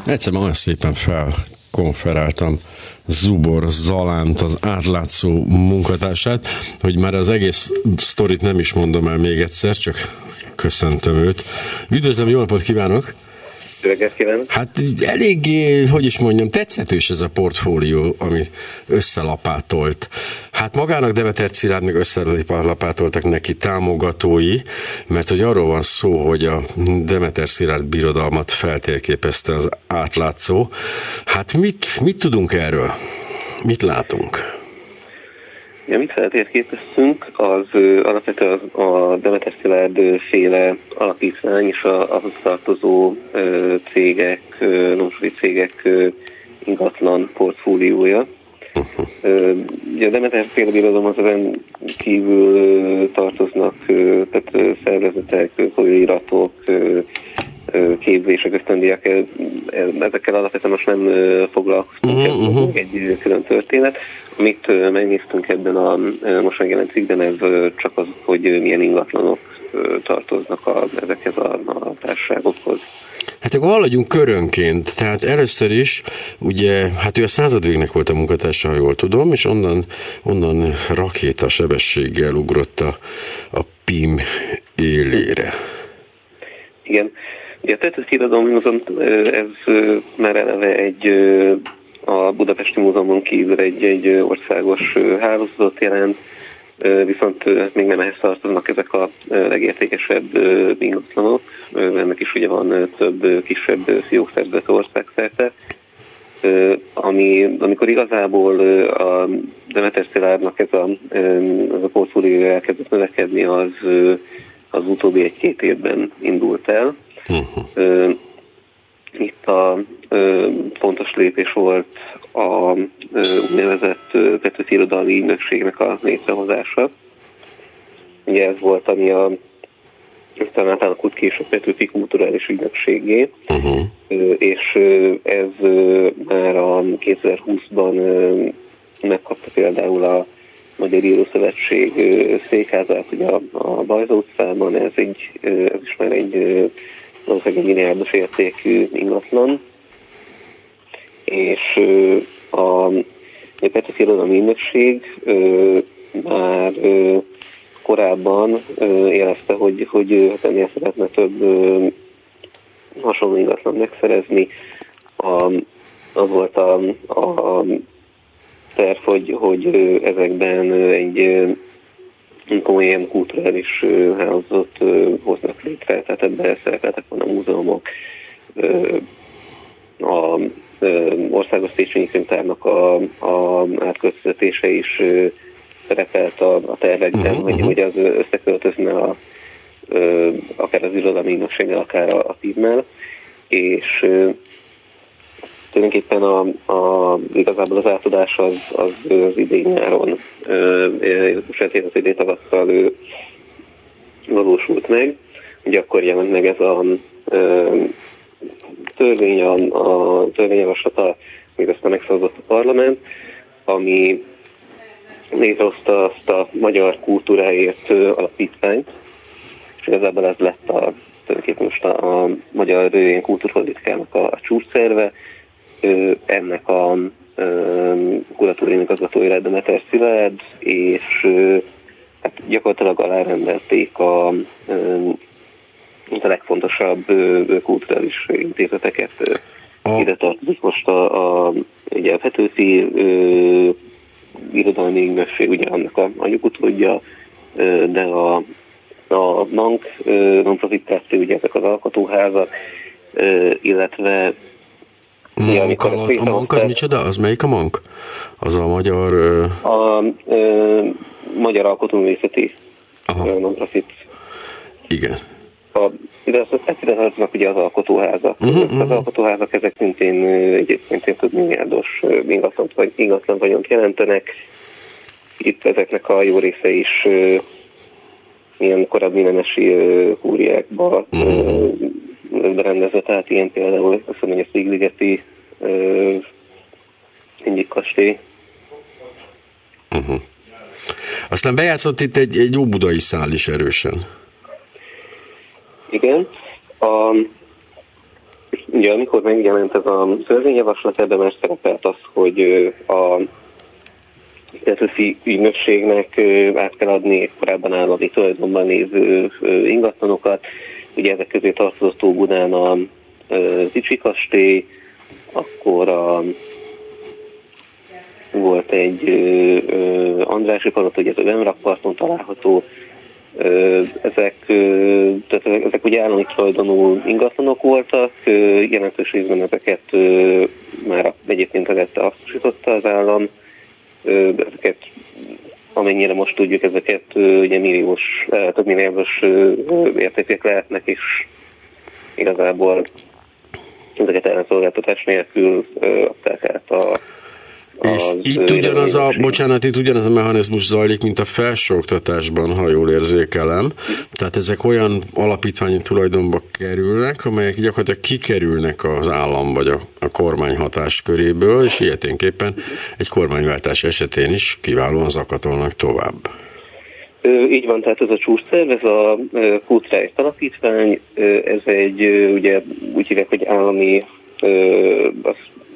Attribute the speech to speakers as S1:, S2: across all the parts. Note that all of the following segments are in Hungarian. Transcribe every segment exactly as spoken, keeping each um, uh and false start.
S1: Egyszer olyan szépen felkonferáltam Zubor Zalánt, az átlátszó munkatársát, hogy már az egész sztorit nem is mondom el még egyszer, csak köszöntöm őt. Üdvözlöm, jó napot kívánok! Hát eléggé, hogy is mondjam, tetszetős ez a portfólió, amit összelapátolt. Hát magának Demeter Szilárdnak összelapátoltak neki támogatói, mert hogy arról van szó, hogy a Demeter Szilárd birodalmat feltérképezte az átlátszó. Hát mit, mit tudunk erről? Mit látunk?
S2: Ja, mit feltérképeztünk, az ö, alapvetően az, a Demeter Szilárd féle alapítvány és a, ahhoz tartozó ö, cégek, ö, non-profit cégek ö, ingatlan portfóliója. Uh-huh. Ö, a Demeter féle birodalom az ezen kívül ö, tartoznak ö, tehát, ö, szervezetek, folyóiratok, ö, képzések, ösztöndíjak, ezekkel alapvetően most nem foglalkoztunk, uh-huh. ez egy külön történet. Amit megnéztünk ebben a most megjelent cikkben, ez csak az, hogy milyen ingatlanok tartoznak a, ezekhez a, a társaságokhoz.
S1: Hát akkor haladjunk körönként. Tehát először is, ugye, hát ő a századvégnek volt a munkatársa, ha jól tudom, és onnan, onnan rakéta sebességgel ugrott a, a pé i em élére.
S2: Igen. Ugye a Petőfi Irodalmi Múzeum, ez már eleve egy a Budapesti Múzeumon kívül egy, egy országos hálózatot jelent, viszont még nem ehhez tartoznak ezek a legértékesebb ingatlanok. Ennek is ugye van több kisebb fiókszervezet országszerte, ami, amikor igazából a Demeter Szilárdnak ez a, ez a portfólió elkezdett növekedni, az, az utóbbi egy-két évben indult el. Uh-huh. Itt a ö, fontos lépés volt a úgynevezett Petőfi Irodalmi Ügynökségnek a létrehozása. Ugye ez volt, ami a aztán átalakult később Petőfi Kulturális Ügynökségé, uh-huh. ö, és ez ö, már a kétezer-húszban ö, megkapta például a Magyar Írószövetség székházát, ugye a, a Bajza utcában, ez, egy, ez is már egy valószínűleg egy milliárdos értékű ingatlan, és a Petőfi Irodalmi Ügynökség már korábban jelezte, hogy, hogy ennél szeretne több hasonló ingatlan megszerezni. A, az volt a, a terv, hogy, hogy ezekben egy komolyan kulturális hálózatot hoznak létre, tehát ebben szerepeltek volna a múzeumok, az Országos Széchenyi Könyvtárnak a, a átköltöztetése is szerepelt a, a tervekben, uh-huh, hogy, uh-huh. hogy az összeköltözne a, akár az irodalmi ügynökséggel, akár a, a pé i em-mel, és tulajdonképpen a, a, igazából az átadás az, az, az idén nyáron, most az idén tavasszal valósult meg. Ugye akkor jelent meg ez a ö, törvény, a, a törvényjavaslata, még aztán megszavazott a parlament, ami létrehozta azt a magyar kultúráért alapítványt, és igazából ez lett a, tulajdonképpen most a, a magyar kultúrpolitikának a, a csúcsszerve. Ennek a kuratóriumi igazgatója Demeter Szilárd, és hát gyakorlatilag alárendelték a, a legfontosabb kulturális intézeteket. A... Ide tartozik most a, a, ugye a Petőfi Irodalmi Ügynökség, ugye annak a, a nyugutódja, de a, a MANK non-profit Kft., ugye ezek az alkotóházak, illetve
S1: Ja, a, a MANK az micsoda? Az melyik a MANK? Az a magyar... Ö...
S2: A ö, Magyar Alkotóművészeti non-profit.
S1: Igen.
S2: A, de az egyszerűen aznak ugye az alkotóházak. Uh-huh, uh-huh. Az alkotóházak ezek szintén egyébként több milliárdos ingatlant, vagy ingatlan vagyont jelentenek. Itt ezeknek a jó része is ö, ilyen korábbi nemesi kúriákba uh-huh. rendezett át, ilyen például azt mondom, hogy a Szigligeti egyik kastély.
S1: Uh-huh. Aztán bejátszott itt egy, egy óbudai szál is erősen.
S2: Igen. A, ugye amikor megjelent ez a törvényjavaslat, ebben már szerepelt az, hogy a Petőfi ügynökségnek át kell adni korábban állami tulajdonban lévő ingatlanokat. Ugye ezek közé tartozott Óbudán a Zichy kastély, akkor a, volt egy Andrássy palota, ugye ez a Bemrakparton található. Ezek, tehát ezek ugye állami tulajdonú ingatlanok voltak, jelentős részben ezeket már egyébként előtte hasznosította az állam. Ezeket, amennyire most tudjuk, ezeket ugye milliós, több milliárdos értékek lehetnek, és igazából ezeket ellenszolgáltatás nélkül adták át a
S1: És itt ugyanaz a, bocsánat, itt ugyanaz a mechanizmus zajlik, mint a felsőoktatásban, ha jól érzékelem. Tehát ezek olyan alapítványi tulajdonba kerülnek, amelyek gyakorlatilag kikerülnek az állam vagy a, a kormány hatásköréből, és ilyeténképpen egy kormányváltás esetén is kiválóan zakatolnak tovább.
S2: Így van, tehát ez a csúcsszerv, ez a Kulturális Alapítvány, ez egy, ugye úgy hívják, hogy állami, az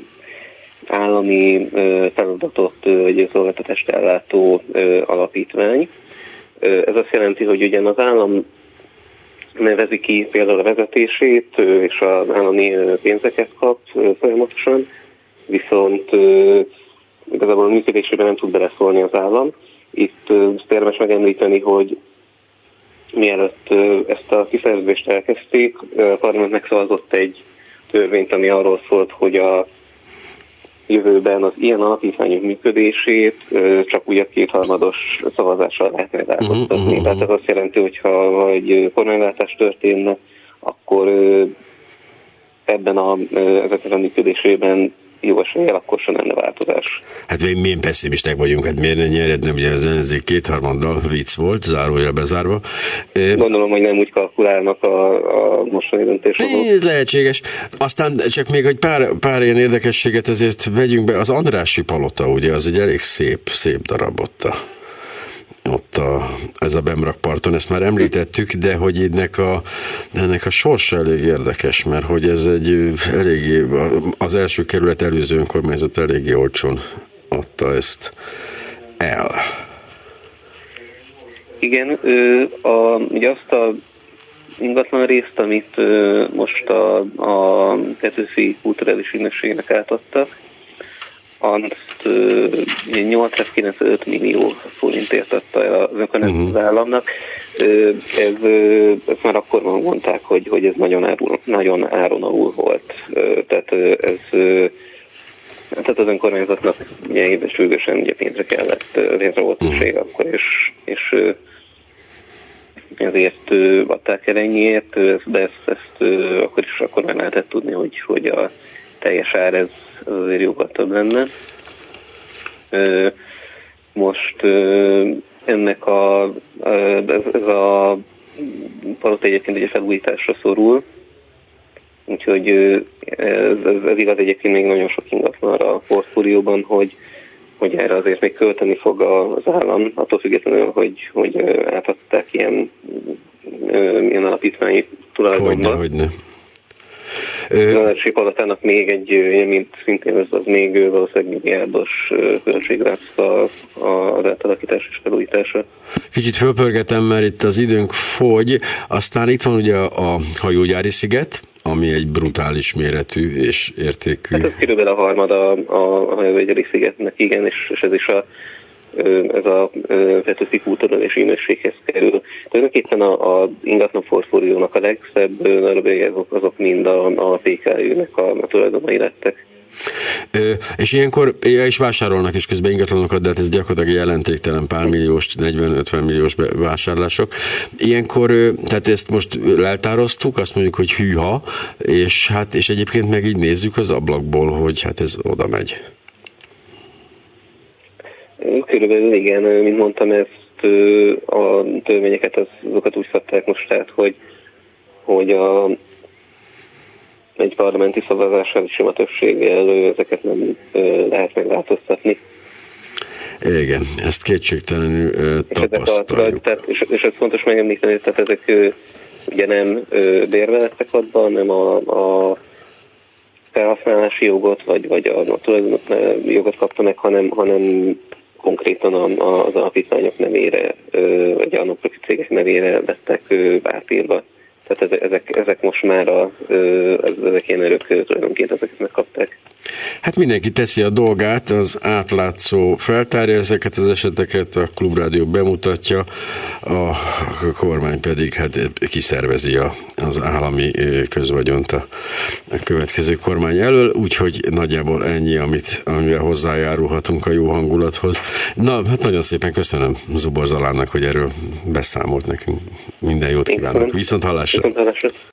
S2: állami feladatot, vagy szolgáltatást ellátó alapítvány. Ez azt jelenti, hogy ugyan az állam nevezi ki például a vezetését, és az állami pénzeket kap folyamatosan, viszont igazából a működésében nem tud beleszólni az állam. Itt érdemes megemlíteni, hogy mielőtt ezt a kiszerződést elkezdték, a parlament megszavazott egy törvényt, ami arról szólt, hogy a jövőben az ilyen alapítványok működését csak úgy a kétharmados szavazással lehetne változtatni. Uh-huh. Tehát ez azt jelenti, hogy ha egy kormányváltás történne, akkor ebben a, ezeknek a működésében jó eséllyel akkor sem lenne változás.
S1: Hát mi milyen pessimisták vagyunk, hát miért ne nyeredne, ugye az ellenzék kétharmaddal, vicc volt, zárójel bezárva.
S2: Gondolom, hogy nem úgy kalkulálnak a, a mostani döntésről.
S1: Ez lehetséges. Aztán csak még egy pár, pár ilyen érdekességet ezért vegyünk be. Az Andrássy palota, ugye, az egy elég szép, szép darab ott a ott a, ez a Bemrakparton, ezt már említettük, de hogy ennek a, ennek a sorsa elég érdekes, mert hogy ez egy eléggé, az első kerület előző önkormányzat eléggé olcsón adta ezt el.
S2: Igen, a, ugye azt a ingatlan részt, amit most a, a Petőfi Kulturális Ügynökségnek átadtak, azt nyolcszázkilencvenöt millió forintért adta el az önkormányzat uh-huh. az államnak. Ez, ezt már akkor mondták, hogy, hogy ez nagyon, árul, nagyon áron alul volt. Tehát ez tehát az önkormányzatnak ugye éves sürgősen ugye pénzre kellett, pénzre volt szükség uh-huh. akkor, és, és ezért adták el ennyiért, de ezt, ezt akkor is akkor már lehetett tudni, hogy, hogy a teljes ár ez azért jóval több lenne. Most ennek a, ez a palota egyébként egy felújításra szorul, úgyhogy ez, ez igaz egyébként még nagyon sok ingatlanra a portfólióban, hogy, hogy erre azért még költeni fog az állam, attól függetlenül, hogy, hogy átadták ilyen, ilyen alapítványi tulajdonba. Hogyne, hogyne. Az Andrássy palotának még egy, mint szintén ez az még valószínűleg milliárdos költség lesz az átalakítás és felújítása.
S1: Kicsit fölpörgetem, mert itt az időnk fogy, aztán itt van ugye a hajógyári sziget, ami egy brutális méretű és értékű.
S2: Hát ez körülbelül a harmad a, a hajógyári szigetnek, igen, és, és ez is a ez a Petőfi Kulturális Ügynökséghez kerül. Tulajdonképpen a, a ingatlan portfóliónak a legszebb darabjai azok, azok mind a, a pé ká ü-nek a, a tulajdonai lettek.
S1: Ö, és ilyenkor ja, is vásárolnak is közben ingatlanokat, de hát ez gyakorlatilag jelentéktelen pár milliós, negyven-ötven milliós vásárlások. Ilyenkor, tehát ezt most leltároztuk, azt mondjuk, hogy hűha, és hát és egyébként meg így nézzük az ablakból, hogy hát ez oda megy.
S2: Körülbelül igen, mint mondtam, ezt a törvényeket azokat úgy szabták most át, hogy, hogy a, egy parlamenti szavazással sima többséggel ezeket nem lehet megváltoztatni.
S1: Igen, ezt kétségtelenül tapasztaljuk.
S2: A, tehát, és, és ez fontos megemlíteni, tehát ezek ugye nem bérbe lettek adva, hanem a, a felhasználási jogot, vagy, vagy a, a tulajdonok jogot kapta meg, hanem, hanem konkrétan az alapítványok nevére, vagy a non-profit cégek nevére lettek átírva. Tehát ezek, ezek most már a, ezek ilyen örök tulajdonként ezeket megkapták.
S1: Hát mindenki teszi a dolgát, az átlátszó feltárja ezeket az eseteket, a Klubrádió bemutatja, a kormány pedig hát kiszervezi a, az állami közvagyont a, a következő kormány elől, úgyhogy nagyjából ennyi, amit, amivel hozzájárulhatunk a jó hangulathoz. Na, hát nagyon szépen köszönöm Zubor Zalánnak, hogy erről beszámolt nekünk. Minden jót kívánok. Viszont hallásra!